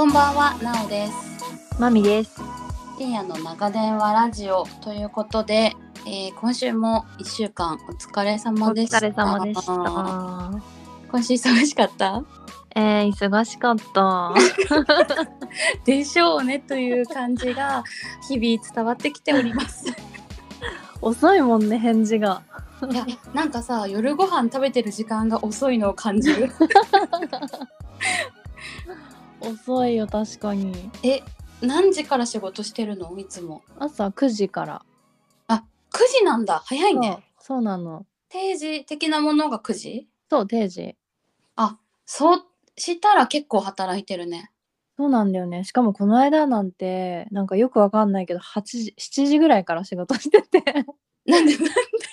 こんばんは、なおです。 まみです。 深夜の長電話ラジオということで、今週も1週間お疲れ様でした。 お疲れ様でした。 今週忙しかった？ 忙しかったでしょうねという感じが日々伝わってきております遅いもんね、返事が。 いや、なんかさ、夜ご飯食べてる時間が遅いのを感じる遅いよ、確かに。 何時から仕事してるの？いつも朝9時から。 あ、9時なんだ。早いね。 そうなの。 定時的なものが9時？ そう、定時。 あ、そうしたら結構働いてるね。 そうなんだよね。しかもこの間なんてなんかよくわかんないけど8時7時ぐらいから仕事しててなんで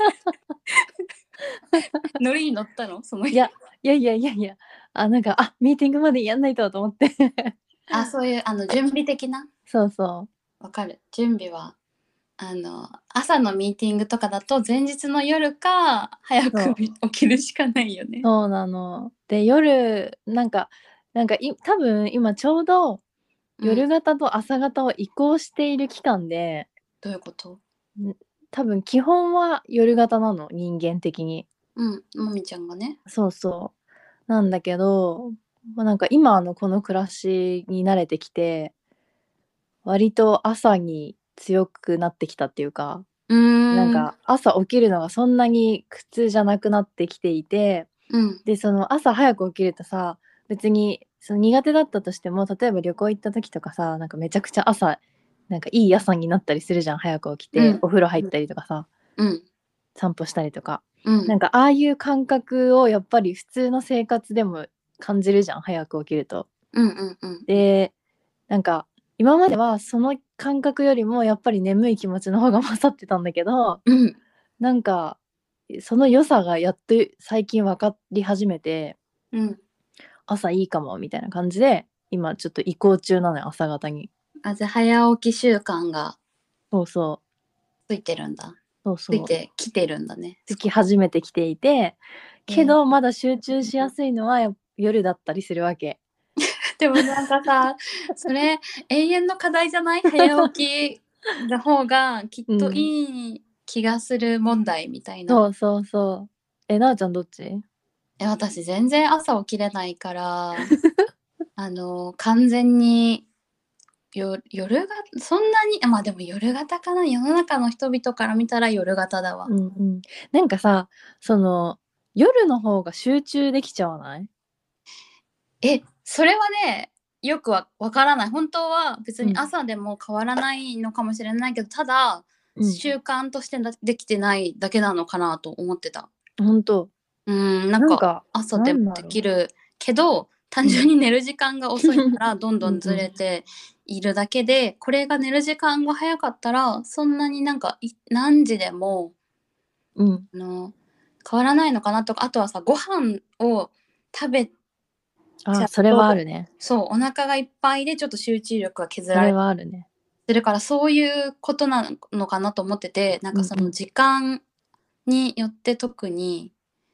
ノリに乗ったの？その日。 いやなんかミーティングまでやんないとと思ってそういう準備的な。 そうそう。 わかる。準備は朝のミーティングとかだと前日の夜か早く起きるしかないよね。 そうなの。で、夜なんか多分今ちょうど夜型と朝型を移行している期間で、 どういうこと？ 多分基本は夜型なの、人間的に。 もみちゃんがね。 そうそう。なんだけど、なんか今のこの暮らしに慣れてきて、割と朝に強くなってきたっていうか、なんか朝起きるのがそんなに苦痛じゃなくなってきていて、でその朝早く起きるとさ、別にその苦手だったとしても、例えば旅行行った時とかさ、なんかめちゃくちゃ朝なんかいい朝になったりするじゃん。早く起きて、お風呂入ったりとかさ、散歩したりとか、なんかああいう感覚をやっぱり普通の生活でも感じるじゃん、早く起きると。でなんか今まではその感覚よりもやっぱり眠い気持ちの方が勝ってたんだけど、なんかその良さがやっと最近分かり始めて、朝いいかもみたいな感じで今ちょっと移行中なのよ、朝方に。 じゃあ早起き習慣がついてるんだ。 ついてきてるんだね。 つき始めてきていて、けどまだ集中しやすいのは夜だったりするわけ。 でもなんかさ、それ永遠の課題じゃない？早起きの方がきっといい気がする問題みたいな。 そう。なおちゃんどっち？ 私全然朝起きれないから完全に夜がそんなにでも夜型かな。世の中の人々から見たら夜型だわ。 なんかさ、その夜の方が集中できちゃわない？ それはね、よくわからない。本当は別に朝でも変わらないのかもしれないけど、ただ習慣としてできてないだけなのかなと思ってた。 本当？ なんか朝でもできるけど、単純に寝る時間が遅いからどんどんずれているだけで、これが寝る時間が早かったらそんなになんか何時でも、変わらないのかなとか。あとはさ、ご飯を食べそれはあるね。 そう、お腹がいっぱいでちょっと集中力が削らそれれはあるね。 するから、そういうことなのかなと思ってて、なんかその時間によって特に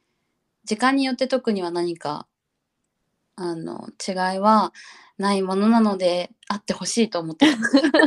は何か違いはないものなのであってほしいと思って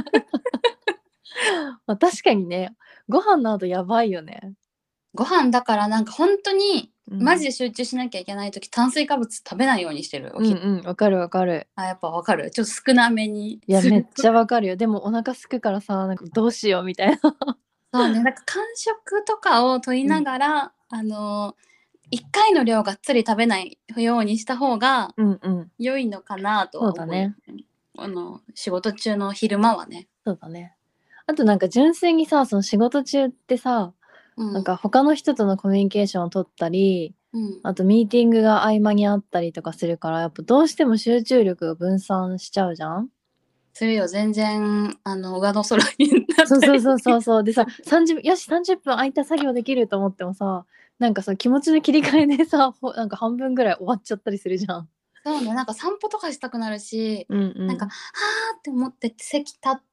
た。 確かにね、ご飯の後やばいよね。 ご飯だからなんか本当にマジで集中しなきゃいけない時、炭水化物食べないようにしてる。 わかるわかる。 やっぱわかる。ちょっと少なめに。 いやめっちゃわかるよ。でもお腹すくからさ、なんかどうしようみたいな。 そうね、なんか間食とかを取りながら、1回の量がっつり食べないようにした方が良いのかなとは思う。 そうだね。 仕事中の昼間はね。 そうだね。あとなんか純粋にさ、その仕事中ってさ、なんか他の人とのコミュニケーションを取ったり、あとミーティングが合間にあったりとかするから、やっぱどうしても集中力が分散しちゃうじゃん。 するよ。全然上の空になったり。 そうでさ、よし30分空いた作業できると思ってもさ、なんかその気持ちの切り替えでさ、なんか半分ぐらい終わっちゃったりするじゃん。 そうね、なんか散歩とかしたくなるし、なんかはーって思って席立って、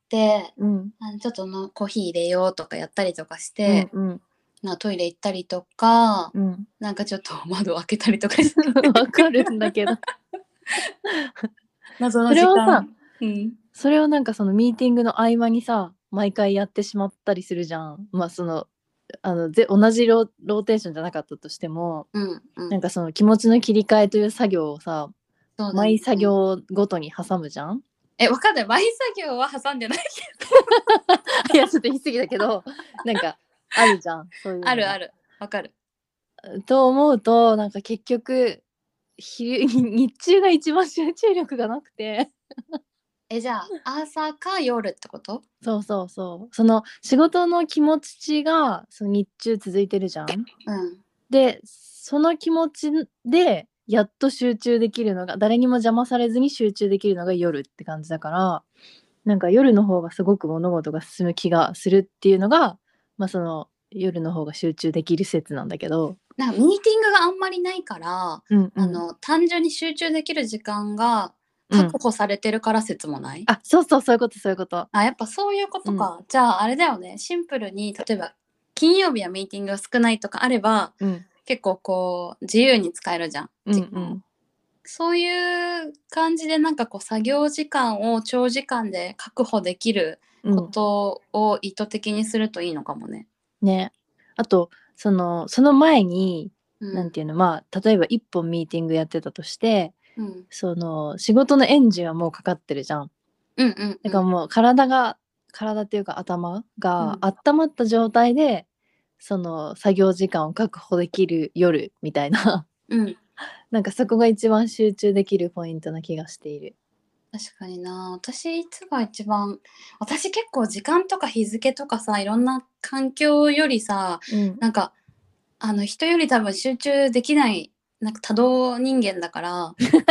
ちょっとコーヒー入れようとかやったりとかして、トイレ行ったりとか、なんかちょっと窓開けたりとかしてわかるんだけど謎のそれ時間。 をさ、 それをなんかそのミーティングの合間にさ、毎回やってしまったりするじゃん。まあその同じローテーションじゃなかったとしても、なんかその気持ちの切り替えという作業をさ、毎作業ごとに挟むじゃん。 わかんない。毎作業は挟んでないけどいやちょっと言い過ぎだけどなんかあるじゃん、そういうのが。 あるある、わかる。 と思うと、なんか結局日中が一番集中力がなくてじゃあ朝か夜ってこと？ そうそうそう。その仕事の気持ちがその日中続いてるじゃん。でその気持ちでやっと集中できるのが、誰にも邪魔されずに集中できるのが夜って感じだから、なんか夜の方がすごく物事が進む気がするっていうのが、まあその夜の方が集中できる説なんだけど、 なんかミーティングがあんまりないから、単純に集中できる時間が確保されてるから説もない？ あ、そうそう、そういうことそういうこと。 やっぱそういうことか。じゃああれだよね、シンプルに例えば金曜日はミーティングが少ないとかあれば、結構こう自由に使えるじゃん、時間。そういう感じでなんかこう作業時間を長時間で確保できることを意図的にするといいのかもね。 ね。あとその前に、なんていうの、まあ例えば1本ミーティングやってたとして、その仕事のエンジンはもうかかってるじゃん。だからもう体っていうか頭が温まった状態で、その作業時間を確保できる夜みたいななんかそこが一番集中できるポイントな気がしている。 確かにな。私いつが一番、私結構時間とか日付とかさ、いろんな環境よりさ、なんか人より多分集中できないなんか多動人間だから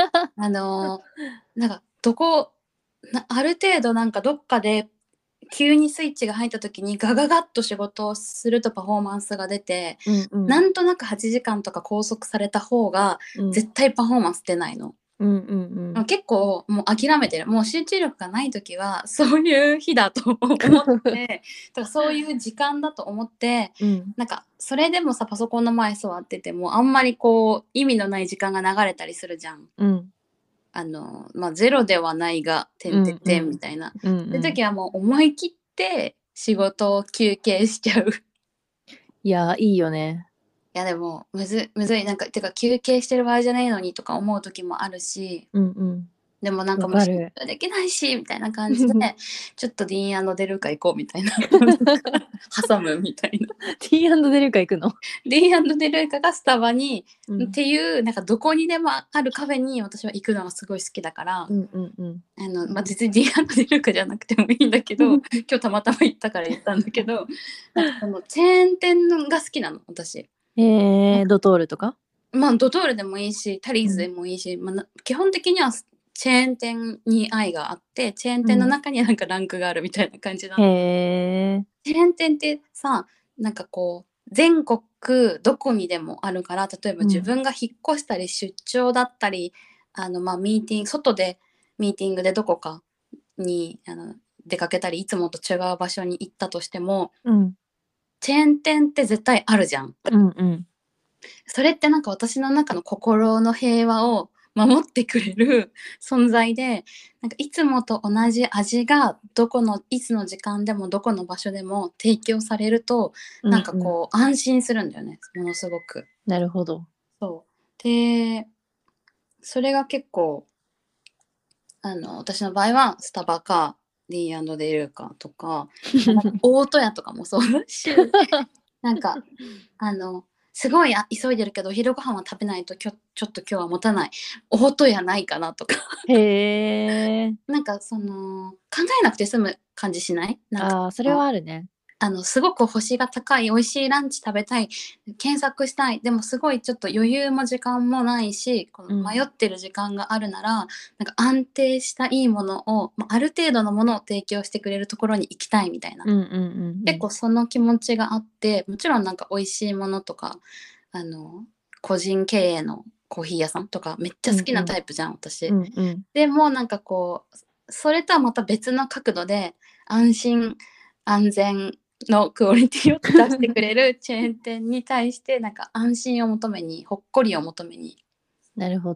なんかある程度なんかどっかで急にスイッチが入った時にガガガッと仕事をするとパフォーマンスが出て、なんとなく8時間とか拘束された方が絶対パフォーマンス出ないの。結構もう諦めてる。もう集中力がない時はそういう日だと思ってとかそういう時間だと思って、なんかそれでもさパソコンの前座っててもあんまりこう意味のない時間が流れたりするじゃん。まあゼロではないが点々点みたいな。そういう時はもう思い切って仕事を休憩しちゃう。 いやいいよね。 いやでもむずい、なんかてか休憩してる場合じゃないのにとか思う時もあるし、でもなんかもう集中できないしみたいな感じでちょっとディーン&デルカ行こうみたいな挟むみたいな。 ディーン&デルカ行くの？ ディーン&デルカがスタバに、っていうなんかどこにでもあるカフェに私は行くのがすごい好きだから、まあ実にディーン&デルカじゃなくてもいいんだけど今日たまたま行ったから言ったんだけどなんかそのチェーン店が好きなの私。 ドトールとか？ まあドトールでもいいしタリーズでもいいし、基本的にはチェーン店に愛があってチェーン店の中にはなんかランクがあるみたいな感じなの。チェーン店ってさなんかこう全国どこにでもあるから、例えば自分が引っ越したり出張だったり、まあミーティング外でミーティングでどこかに出かけたりいつもと違う場所に行ったとしても、チェーン店って絶対あるじゃん。それってなんか私の中の心の平和を守ってくれる存在で、なんかいつもと同じ味がどこのいつの時間でもどこの場所でも提供されると、なんかこう安心するんだよね、ものすごく。 なるほど。 そうでそれが結構私の場合はスタバかディーン&デルカとか大戸屋とかもそうだしなんかすごい急いでるけどお昼ご飯は食べないとちょっと今日は持たない大戸屋ないかなとかなんかその考えなくて済む感じしない？なんかそれはあるね。 すごく星が高い美味しいランチ食べたい検索したい、でもすごいちょっと余裕も時間もないしこの迷ってる時間があるなら、なんか安定したいいものを、ある程度のものを提供してくれるところに行きたいみたいな、結構その気持ちがあって、もちろんなんか美味しいものとか個人経営のコーヒー屋さんとかめっちゃ好きなタイプじゃん、私。でもなんかこうそれとはまた別の角度で安心安全のクオリティを出してくれるチェーン店に対してなんか安心を求めにほっこりを求めに。 なるほど。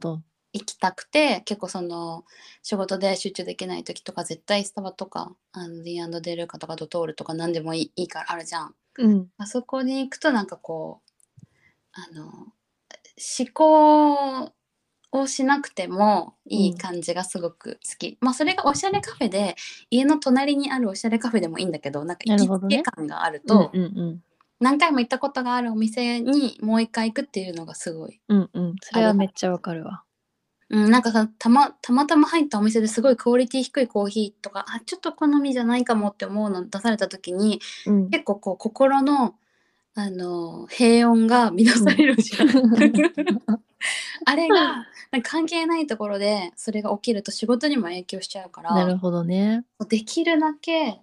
行きたくて、結構その仕事で集中できない時とか絶対スタバとかD&デルカとかドトールとか何でもいいからあるじゃん。あそこに行くとなんかこう思考をしなくてもいい感じがすごく好き。まあそれがおしゃれカフェで家の隣にあるおしゃれカフェでもいいんだけど、なんか行きつけ感があると、何回も行ったことがあるお店にもう一回行くっていうのがすごい。 それはめっちゃわかるわ。 なんかさ、たまたま入ったお店ですごいクオリティ低いコーヒーとか、ちょっと好みじゃないかもって思うの出された時に、結構こう心の平穏が乱されるじゃん。あれが関係ないところでそれが起きると仕事にも影響しちゃうから。 なるほどね。 できるだけ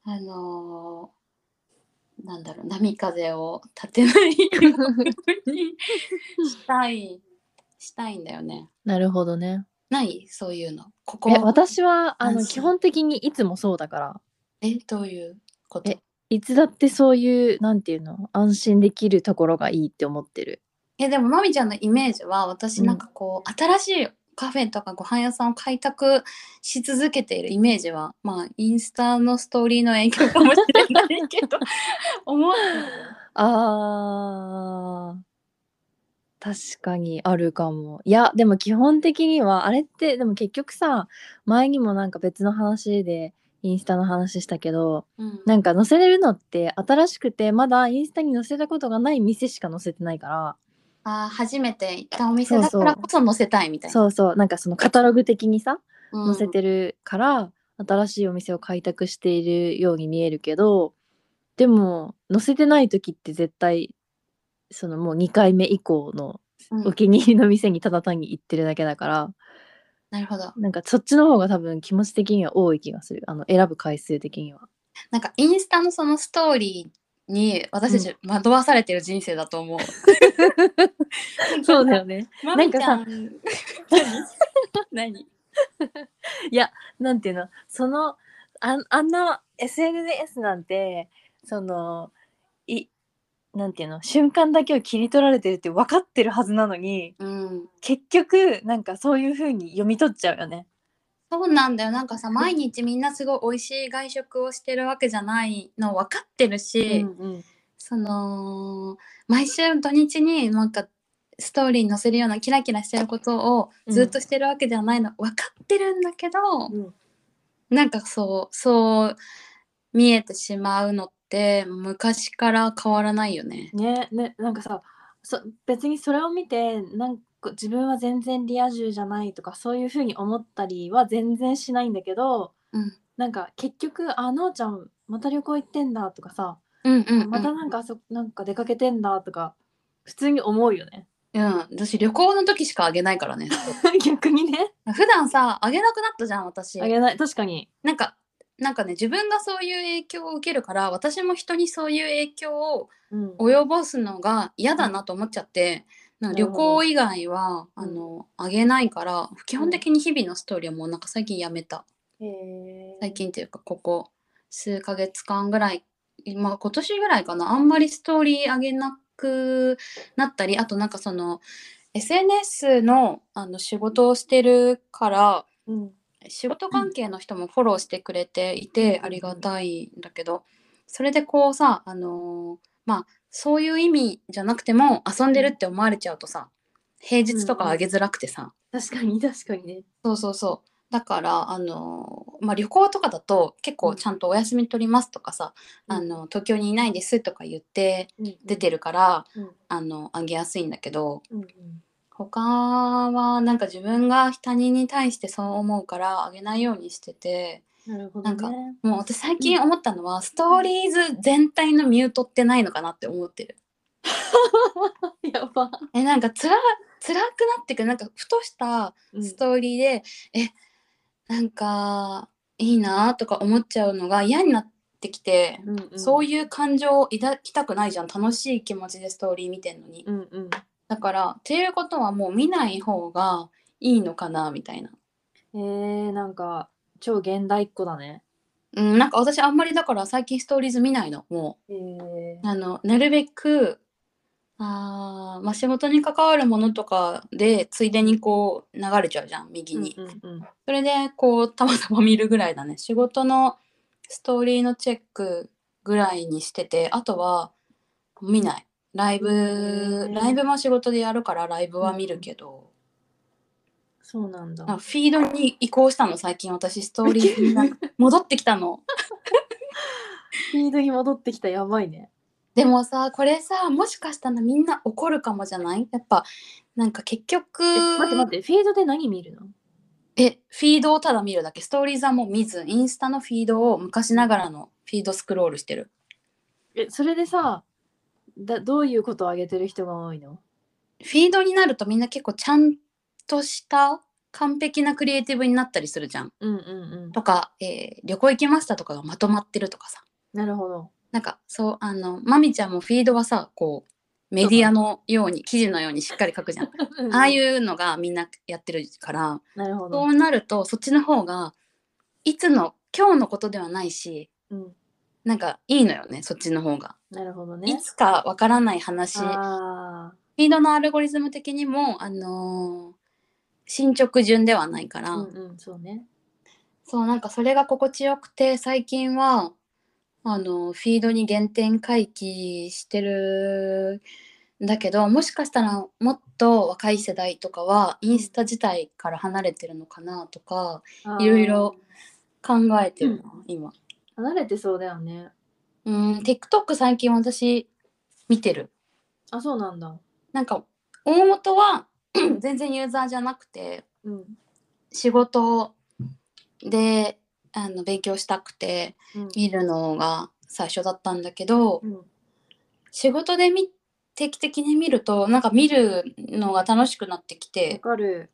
なんだろう、波風を立てないようにしたいんだよね。 なるほどね。 ないそういうの。 私は基本的にいつもそうだから。 どういうこと？ いつだってそういうなんていうの、安心できるところがいいって思ってる。 でもまみちゃんのイメージは私なんかこう、新しいカフェとかご飯屋さんを開拓し続けているイメージは、まあインスタのストーリーの影響かもしれないけど思ってる。 確かにあるかも。いやでも基本的にはあれってでも結局さ、前にもなんか別の話でインスタの話したけど、なんか載せれるのって新しくてまだインスタに載せたことがない店しか載せてないから。 初めて行ったお店だからこそ載せたいみたいな。 そうなんかそのカタログ的にさ、載せてるから新しいお店を開拓しているように見えるけど、でも載せてない時って絶対そのもう2回目以降のお気に入りの店にただ単に行ってるだけだから、 なるほど。 なんかそっちの方が多分気持ち的には多い気がする。選ぶ回数的には。 なんかインスタのそのストーリーに私たち惑わされてる人生だと思う。 そうだよね。 なんかさ何いやなんていうの、そのあんな SNS なんてそのなんていうの、瞬間だけを切り取られてるって分かってるはずなのに、結局なんかそういう風に読み取っちゃうよね。 そうなんだよ。なんかさ、毎日みんなすごい美味しい外食をしてるわけじゃないの分かってるし、その毎週土日になんかストーリーに載せるようなキラキラしてることをずっとしてるわけではないの分かってるんだけど、なんかそう見えてしまうのって昔から変わらないよね。 なんかさ、別にそれを見てなんか自分は全然リア充じゃないとかそういう風に思ったりは全然しないんだけど、なんか結局のーちゃんまた旅行行ってんだとかさ、またなんか出かけてんだとか普通に思うよね。 私旅行の時しかあげないからね。 逆にね。 普段さあげなくなったじゃん私。 あげない。確かに。 なんかね、自分がそういう影響を受けるから私も人にそういう影響を及ぼすのが嫌だなと思っちゃって、なんか旅行以外はあげないから、基本的に日々のストーリーはもうなんか最近やめた。最近っていうかここ数ヶ月間ぐらい、今年ぐらいかな、あんまりストーリーあげなくなったり、あとなんかその SNS の仕事をしてるから、仕事関係の人もフォローしてくれていてありがたいんだけど、それでこうさまあそういう意味じゃなくても遊んでるって思われちゃうとさ、平日とかあげづらくてさ、 確かにね。 そうだから旅行とかだと結構ちゃんとお休み取りますとかさ、東京にいないですとか言って出てるから、あげやすいんだけど、他はなんか自分が他人に対してそう思うからあげないようにしてて。なんかもう私最近思ったのは、ストーリーズ全体のミュートってないのかなって思ってる。 やば。 なんか辛くなってくる。なんかふとしたストーリーで、なんかいいなとか思っちゃうのが嫌になってきて、そういう感情を抱きたくないじゃん。楽しい気持ちでストーリー見てんのに。だからっていうことはもう見ない方がいいのかなみたいな。 なんか超現代っ子だね。 なんか私あんまりだから最近ストーリーズ見ないの。もうなるべくまあ仕事に関わるものとかでついでにこう流れちゃうじゃん、右に。それでこうたまたま見るぐらいだね。仕事のストーリーのチェックぐらいにしてて、あとは見ない。ライブも仕事でやるからライブは見るけど。 そうなんだ。 フィードに移行したの、最近私ストーリーになんか戻ってきたの。 フィードに戻ってきた、やばいね。 でもさ、これさ、もしかしたらみんな怒るかもじゃない？やっぱなんか結局待って、フィードで何見るの？ フィードをただ見るだけ。ストーリーズはもう見ず、インスタのフィードを昔ながらのフィードスクロールしてる。 それでさ、どういうことをあげてる人が多いの？ フィードになるとみんな結構ちゃんとした完璧なクリエイティブになったりするじゃん。とか、旅行行きましたとかがまとまってるとかさ。 なるほど。 なんかそうまみちゃんもフィードはさ、こうメディアのように記事のようにしっかり書くじゃん。ああいうのがみんなやってるから、 なるほど。 そうなるとそっちの方が今日のことではないし、なんかいいのよね、そっちの方が。 なるほどね。 いつかわからない話。フィードのアルゴリズム的にも進捗順ではないから、 そうね。 そう、なんかそれが心地よくて、最近はフィードに原点回帰してるんだけど、もしかしたらもっと若い世代とかはインスタ自体から離れてるのかなとか、いろいろ考えてるな、今。 離れてそうだよね。 TikTok 最近私見てる。 あ、そうなんだ。 なんか大元は全然ユーザーじゃなくて、仕事で勉強したくて見るのが最初だったんだけど、仕事で定期的に見るとなんか見るのが楽しくなってきて、 わかる。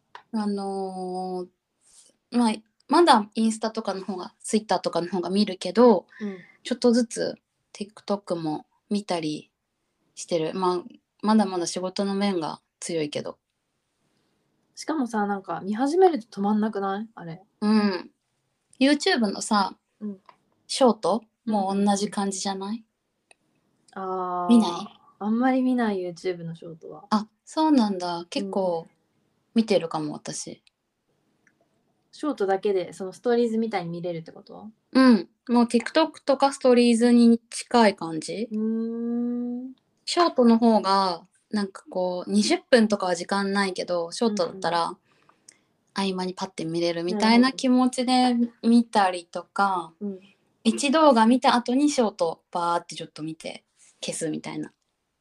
まだインスタとかの方がツイッターとかの方が見るけど、ちょっとずつ TikTok も見たりしてる。まだまだ仕事の面が強いけど。 しかもさ、なんか見始めると止まんなくない？あれ。 YouTube のさ、ショートも同じ感じじゃない？見ない？ あんまり見ない YouTube のショートは。 あ、そうなんだ。結構見てるかも、私。 ショートだけでそのストーリーズみたいに見れるってこと？ もう TikTok とかストーリーズに近い感じ。ショートの方がなんかこう20分とかは時間ないけど、ショートだったら合間にパッて見れるみたいな気持ちで見たりとか、一動画見た後にショートバーってちょっと見て消すみたいな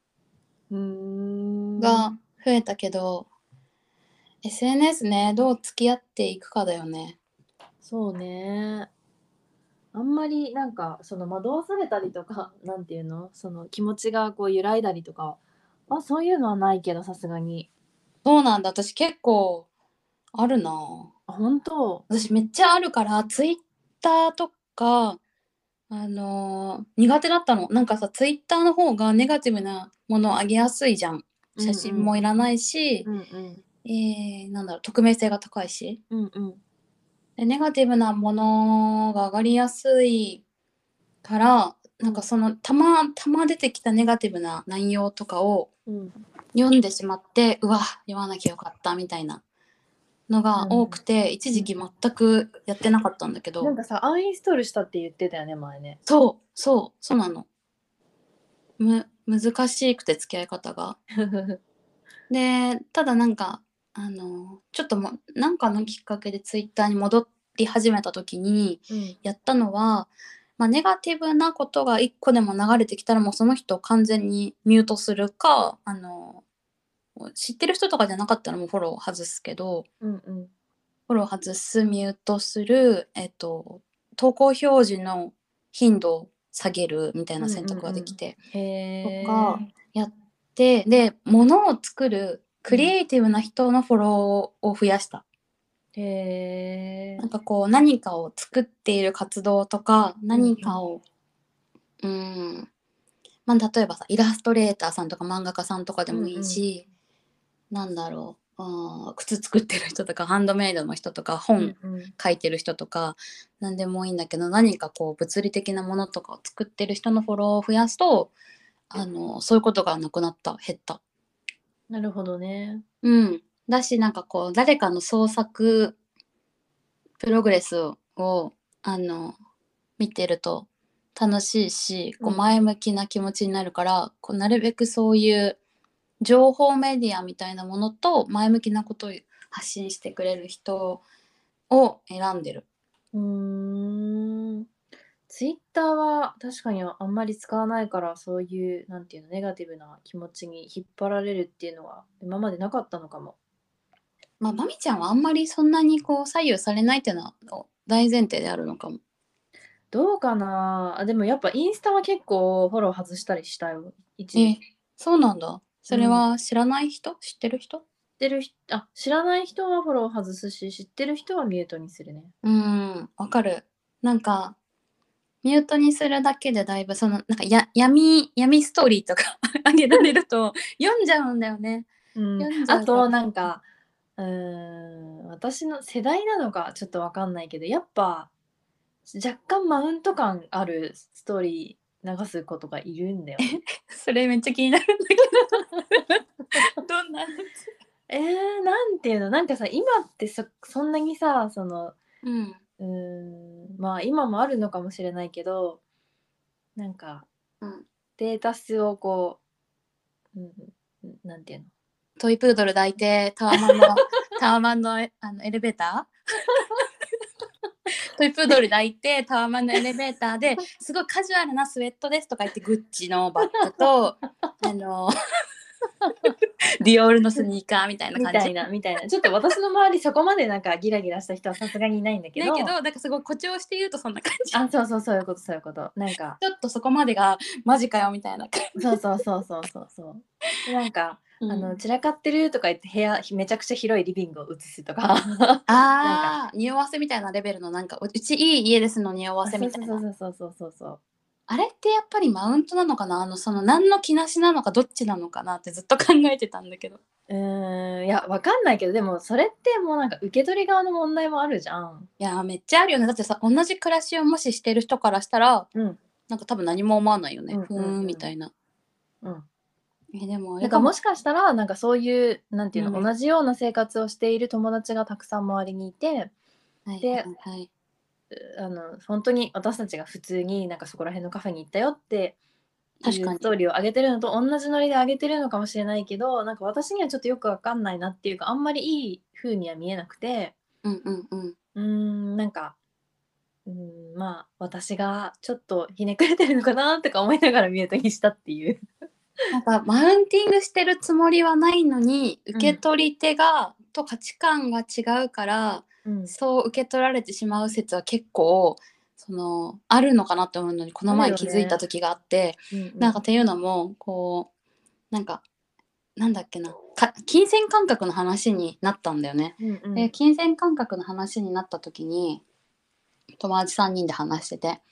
が増えたけど、 SNS ね、どう付き合っていくかだよね。 そうね。あんまりなんかその惑わされたりとか、なんていうの、その気持ちがこう揺らいだりとか、そういうのはないけど、さすがに。 そうなんだ。私結構あるな。 本当？ 私めっちゃあるから、ツイッターとか苦手だったの。なんかさ、ツイッターの方がネガティブなものを上げやすいじゃん。写真もいらないし、なんだろう、匿名性が高いし、でネガティブなものが上がりやすいから、なんかそのたま出てきたネガティブな内容とかを読んでしまって、うわ、読まなきゃよかったみたいなのが多くて、一時期全くやってなかったんだけど、 なんかさ、アンインストールしたって言ってたよね、前ね。 そうなの。難しくて付き合い方が。で、ただなんかちょっとなんかのきっかけでツイッターに戻り始めた時にやったのは、ネガティブなことが1個でも流れてきたらもうその人を完全にミュートするか、知ってる人とかじゃなかったらもうフォロー外すけど、フォロー外す、ミュートする、投稿表示の頻度を下げるみたいな選択ができて、とかやって、で物を作るクリエイティブな人のフォローを増やした。なんかこう何かを作っている活動とか、何かを例えばさ、イラストレーターさんとか漫画家さんとかでもいいし、なんだろう、靴作ってる人とかハンドメイドの人とか本書いてる人とか、何でもいいんだけど、何かこう物理的なものとかを作ってる人のフォローを増やすとそういうことがなくなった、減った。 なるほどね。 だしなんかこう誰かの創作プログレスを見てると楽しいし、こう前向きな気持ちになるから、こうなるべくそういう情報メディアみたいなものと前向きなことを発信してくれる人を選んでる。 ツイッターは確かにあんまり使わないから、そういうなんていうのネガティブな気持ちに引っ張られるっていうのは今までなかったのかも。 まみちゃんはあんまりそんなにこう左右されないっていうのは大前提であるのかも。 どうかなあ。でもやっぱインスタは結構フォロー外したりしたよ、一時。 そうなんだ。それは知らない人、知ってる人？ 知らない人はフォロー外すし、知ってる人はミュートにするね。 わかる。なんかミュートにするだけでだいぶそのなんか闇ストーリーとかあげられると読んじゃうんだよね。 あとなんか私の世代なのかちょっとわかんないけど、やっぱ若干マウント感あるストーリー流す子とかいるんだよね。 それめっちゃ気になるんだけどどんなやつ？ なんていうの、なんかさ、今ってそんなにさ、そのまあ今もあるのかもしれないけど、なんか、ステータスをこう、なんていうの、 トイプードル抱いてタワマンのエレベータートイプードル抱いてタワマンのエレベーターですごいカジュアルなスウェットですとか言ってグッチのバッグとディオールのスニーカーみたいな感じみたいなちょっと私の周りそこまでなんかギラギラした人はさすがにいないんだけど、 なんかすごい誇張して言うとそんな感じ。 そういうことなんかちょっとそこまでがマジかよみたいな感じ。 そうなんか散らかってるとか言って部屋めちゃくちゃ広いリビングを映すとかなんか匂わせみたいなレベルのなんかうちいい家ですの匂わせみたいな。 そうあれってやっぱりマウントなのかな、その何の気なしなのかどっちなのかなってずっと考えてたんだけど。 いやわかんないけど、でもそれってもうなんか受け取り側の問題もあるじゃん。 いやめっちゃあるよね。だってさ、同じ暮らしをもししてる人からしたら、なんか多分何も思わないよね。みたいな。でもなんかもしかしたらなんかそういうなんていうの、同じような生活をしている友達がたくさん周りにいて、で、本当に私たちが普通になんかそこら辺のカフェに行ったよっていうストーリーを上げてるのと同じノリで上げてるのかもしれないけど、なんか私にはちょっとよくわかんないなっていうか、あんまりいい風には見えなくて、なんかまあ私がちょっとひねくれてるのかなとか思いながらミュートにしたっていうなんかマウンティングしてるつもりはないのに受け取り手が、と価値観が違うから、そう受け取られてしまう説は結構あるのかなって思うのにこの前気づいた時があって、なんかっていうのもこうなんかなんだっけな、金銭感覚の話になったんだよね。で金銭感覚の話になった時に友達3人で話してて、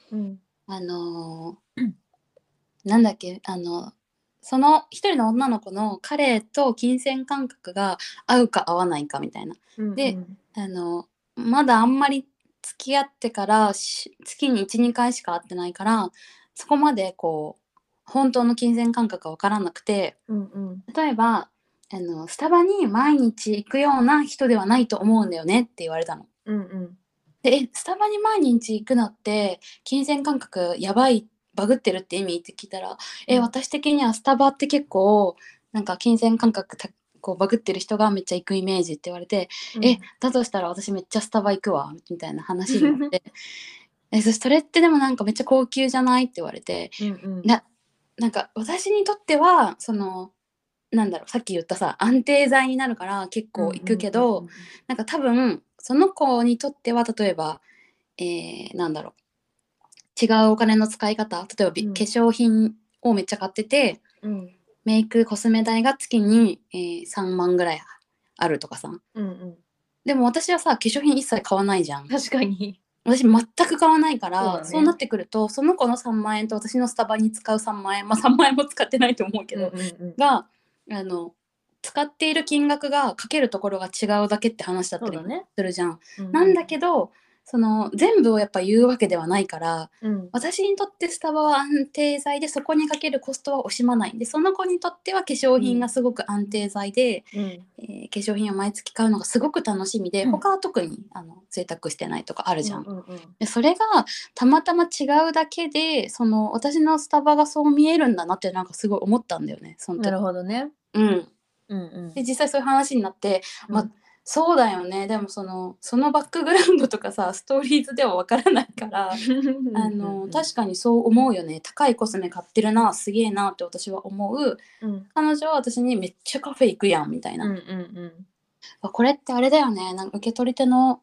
なんだっけその一人の女の子の彼と金銭感覚が合うか合わないかみたいな。でまだあんまり付き合ってから月に 1,2 回しか会ってないから、そこまでこう本当の金銭感覚が分からなくて、例えばスタバに毎日行くような人ではないと思うんだよねって言われたの。でスタバに毎日行くのって金銭感覚やばいバグってるって意味って聞いたら、私的にはスタバって結構なんか金銭感覚こうバグってる人がめっちゃ行くイメージって言われて、だとしたら私めっちゃスタバ行くわみたいな話になってそれってでもなんかめっちゃ高級じゃないって言われて、なんか私にとってはなんだろう、さっき言ったさ安定剤になるから結構行くけど、なんか多分その子にとっては例えばなんだろう、違うお金の使い方、例えば、化粧品をめっちゃ買ってて、メイクコスメ代が月に、3万ぐらいあるとかさ、でも私はさ化粧品一切買わないじゃん。 確かに私全く買わないから、そうなってくるとその子の3万円と私のスタバに使う3万円、3万円も使ってないと思うけど、が使っている金額がかけるところが違うだけって話だったりするじゃん。なんだけどその全部をやっぱ言うわけではないから、 うん、 私にとってスタバは安定剤でそこにかけるコストは惜しまないんで、その子にとっては化粧品がすごく安定剤で、 うん、 化粧品を毎月買うのがすごく楽しみで、 うん他は特に贅沢してないとかあるじゃん。 うんうんうん、 でそれがたまたま違うだけで、その私のスタバがそう見えるんだなってなんかすごい思ったんだよね、その時。 なるほどね。 うん。 うんうん。 で実際そういう話になって、 うん、 そうだよね。でもそのバックグラウンドとかさ、ストーリーズではわからないから確かにそう思うよね。高いコスメ買ってるな、すげえなって私は思う。 うん、 彼女は私にめっちゃカフェ行くやんみたいな。 うんうんこれってあれだよね。なんか受け取り手の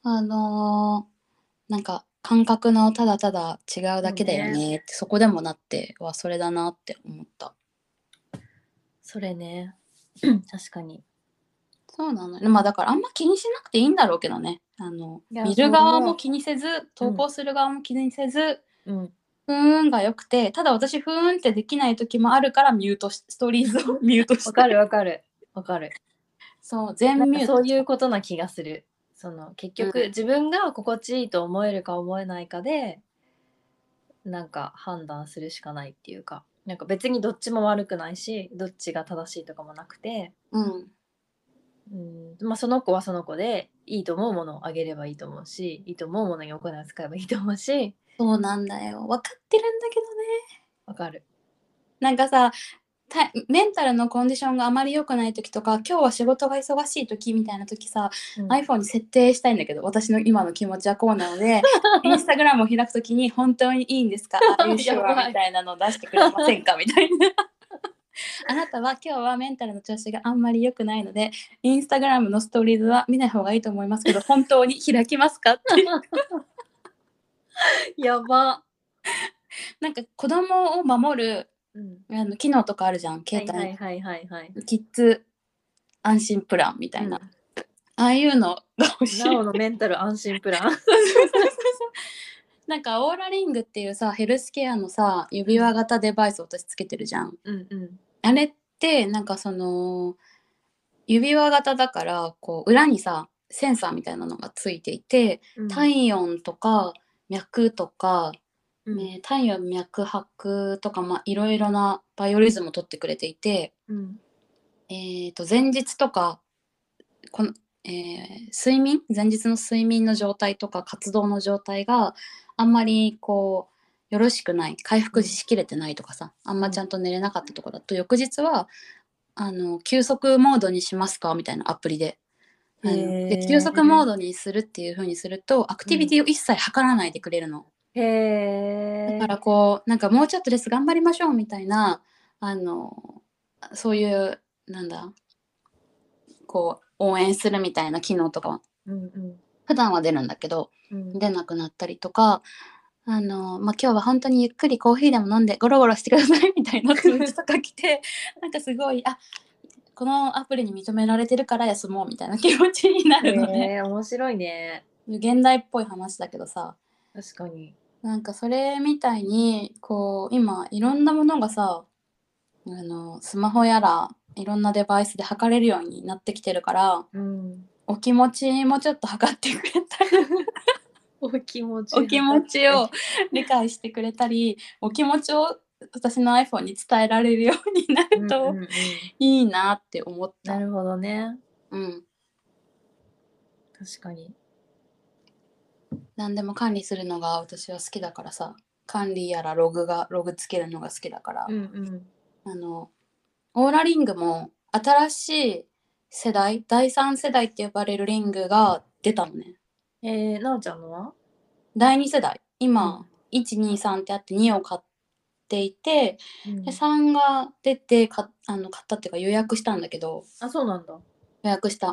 なんか感覚のただただ違うだけだよねって、そこでもなってはそれだなって思った。 それね。確かに。 そうなのよ。まあだからあんま気にしなくていいんだろうけどね。見る側も気にせず、投稿する側も気にせず、 うんふーんが良くて、ただ私ふーんってできない時もあるからストーリーズをミュートして。 わかるわかるわかる。 そう、全ミュート。 そういうことな気がする。その結局、自分が心地いいと思えるか思えないかでなんか判断するしかないっていうか、なんか別にどっちも悪くないしどっちが正しいとかもなくて、まあその子はその子でいいと思うものをあげればいいと思うし、いいと思うものにお金を使えばいいと思うし。 そうなんだよ。分かってるんだけどね。 わかる。 なんかさ、メンタルのコンディションがあまり良くない時とか、今日は仕事が忙しい時みたいな時さ、iPhone に設定したいんだけど、私の今の気持ちはこうなので、インスタグラムを開く時に本当にいいんですかああいう手話みたいなのを出してくれませんかみたいな。あなたは今日はメンタルの調子があんまり良くないので、インスタグラムのストーリーズは見ない方がいいと思いますけど、本当に開きますかって。 やば。 なんか子供を守る、機能とかあるじゃん、携帯。 はいはいはいはい。 キッズ安心プランみたいな。ああいうのが欲しい。 なおのメンタル安心プラン。 なんかオーラリングっていうさ、ヘルスケアのさ、指輪型デバイスを私つけてるじゃん。あれってなんかその指輪型だからこう裏にさセンサーみたいなのがついていて、体温とか脈とか、体温脈拍とかいろいろなバイオリズムを取ってくれていて、前日とかこの、前日の睡眠の状態とか活動の状態があんまりこうよろしくない、回復しきれてないとかさ、あんまちゃんと寝れなかったとかだと、翌日は休息モードにしますかみたいなアプリで。で休息モードにするっていう風にするとアクティビティを一切測らないでくれるの。だからこうなんかもうちょっとです頑張りましょうみたいなそういうなんだこう応援するみたいな機能とかは、普段は出るんだけど、出なくなったりとか、今日は本当にゆっくりコーヒーでも飲んでゴロゴロしてくださいみたいな通知とか来てなんかすごいこのアプリに認められてるから休もうみたいな気持ちになるのね。 面白いね。 現代っぽい話だけどさ、 確かに。 なんかそれみたいにこう今いろんなものがさスマホやらいろんなデバイスで測れるようになってきてるから、お気持ちもちょっと測ってくれたりお気持ちを理解してくれたり、お気持ちを私の iPhone に伝えられるようになるといいなって思った。 なるほどね。 確かに。 何でも管理するのが私は好きだからさ、管理やらログつけるのが好きだから、オーラリングも新しい世代、第3世代って呼ばれるリングが出たのね。 なおちゃんのは第2世代。今、1、2、3ってあって2を買っていて、で3が出て買ったっていうか予約したんだけど。 そうなんだ。 予約した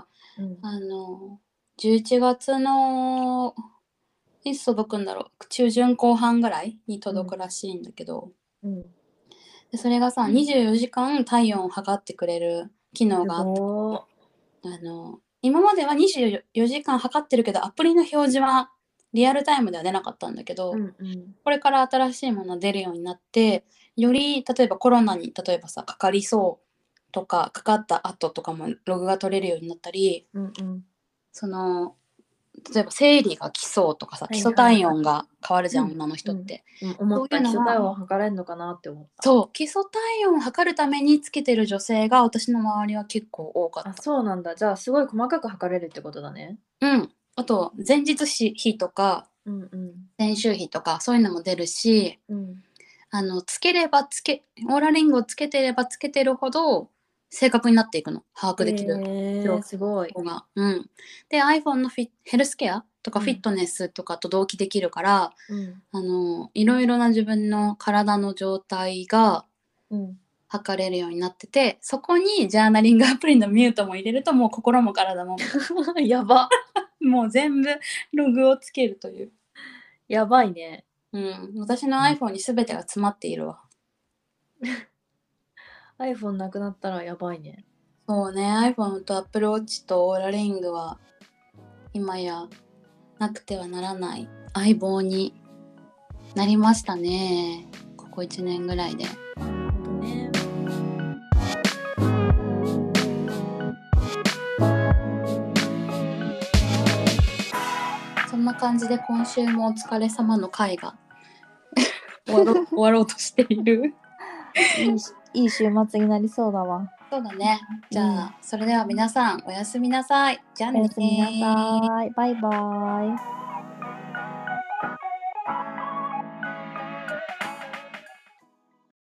。11月のいつ届くんだろう、中旬後半ぐらいに届くらしいんだけど、でそれがさ、24時間体温を測ってくれる機能があった。今までは24時間測ってるけどアプリの表示はリアルタイムでは出なかったんだけど、これから新しいもの出るようになって、より例えばコロナに例えばさかかりそうとかかかった後とかもログが取れるようになったり、その例えば生理が来そうとかさ、基礎体温が変わるじゃん、女の人って。 思った。基礎体温を測れるのかなって思った。 そう、基礎体温を測るためにつけてる女性が私の周りは結構多かった。 あ、そうなんだ。じゃあすごい細かく測れるってことだね。 うん。あと前日比とか、前週比とかそういうのも出るし、つければオーラリングをつけてればつけてるほど正確になっていくの、把握できるすごい。 で iPhone のヘルスケアとかフィットネスとかと同期できるから、いろいろな自分の体の状態が測れるようになってて、そこにジャーナリングアプリのミュートも入れるともう心も体もやばもう全部ログをつけるという。 やばいね。 私の iPhone に全てが詰まっているわ。 iPhone なくなったらやばいね。 そうね、iPhone と Apple Watch とオーラリングは今やなくてはならない相棒になりましたね。ここ1年ぐらいで。そんな感じで今週もお疲れ様の回が終わろうとしている。 いい週末になりそうだわ。 そうだね。じゃあ、それでは皆さんおやすみなさい。じゃあね。 おやすみなさい。バイバイ。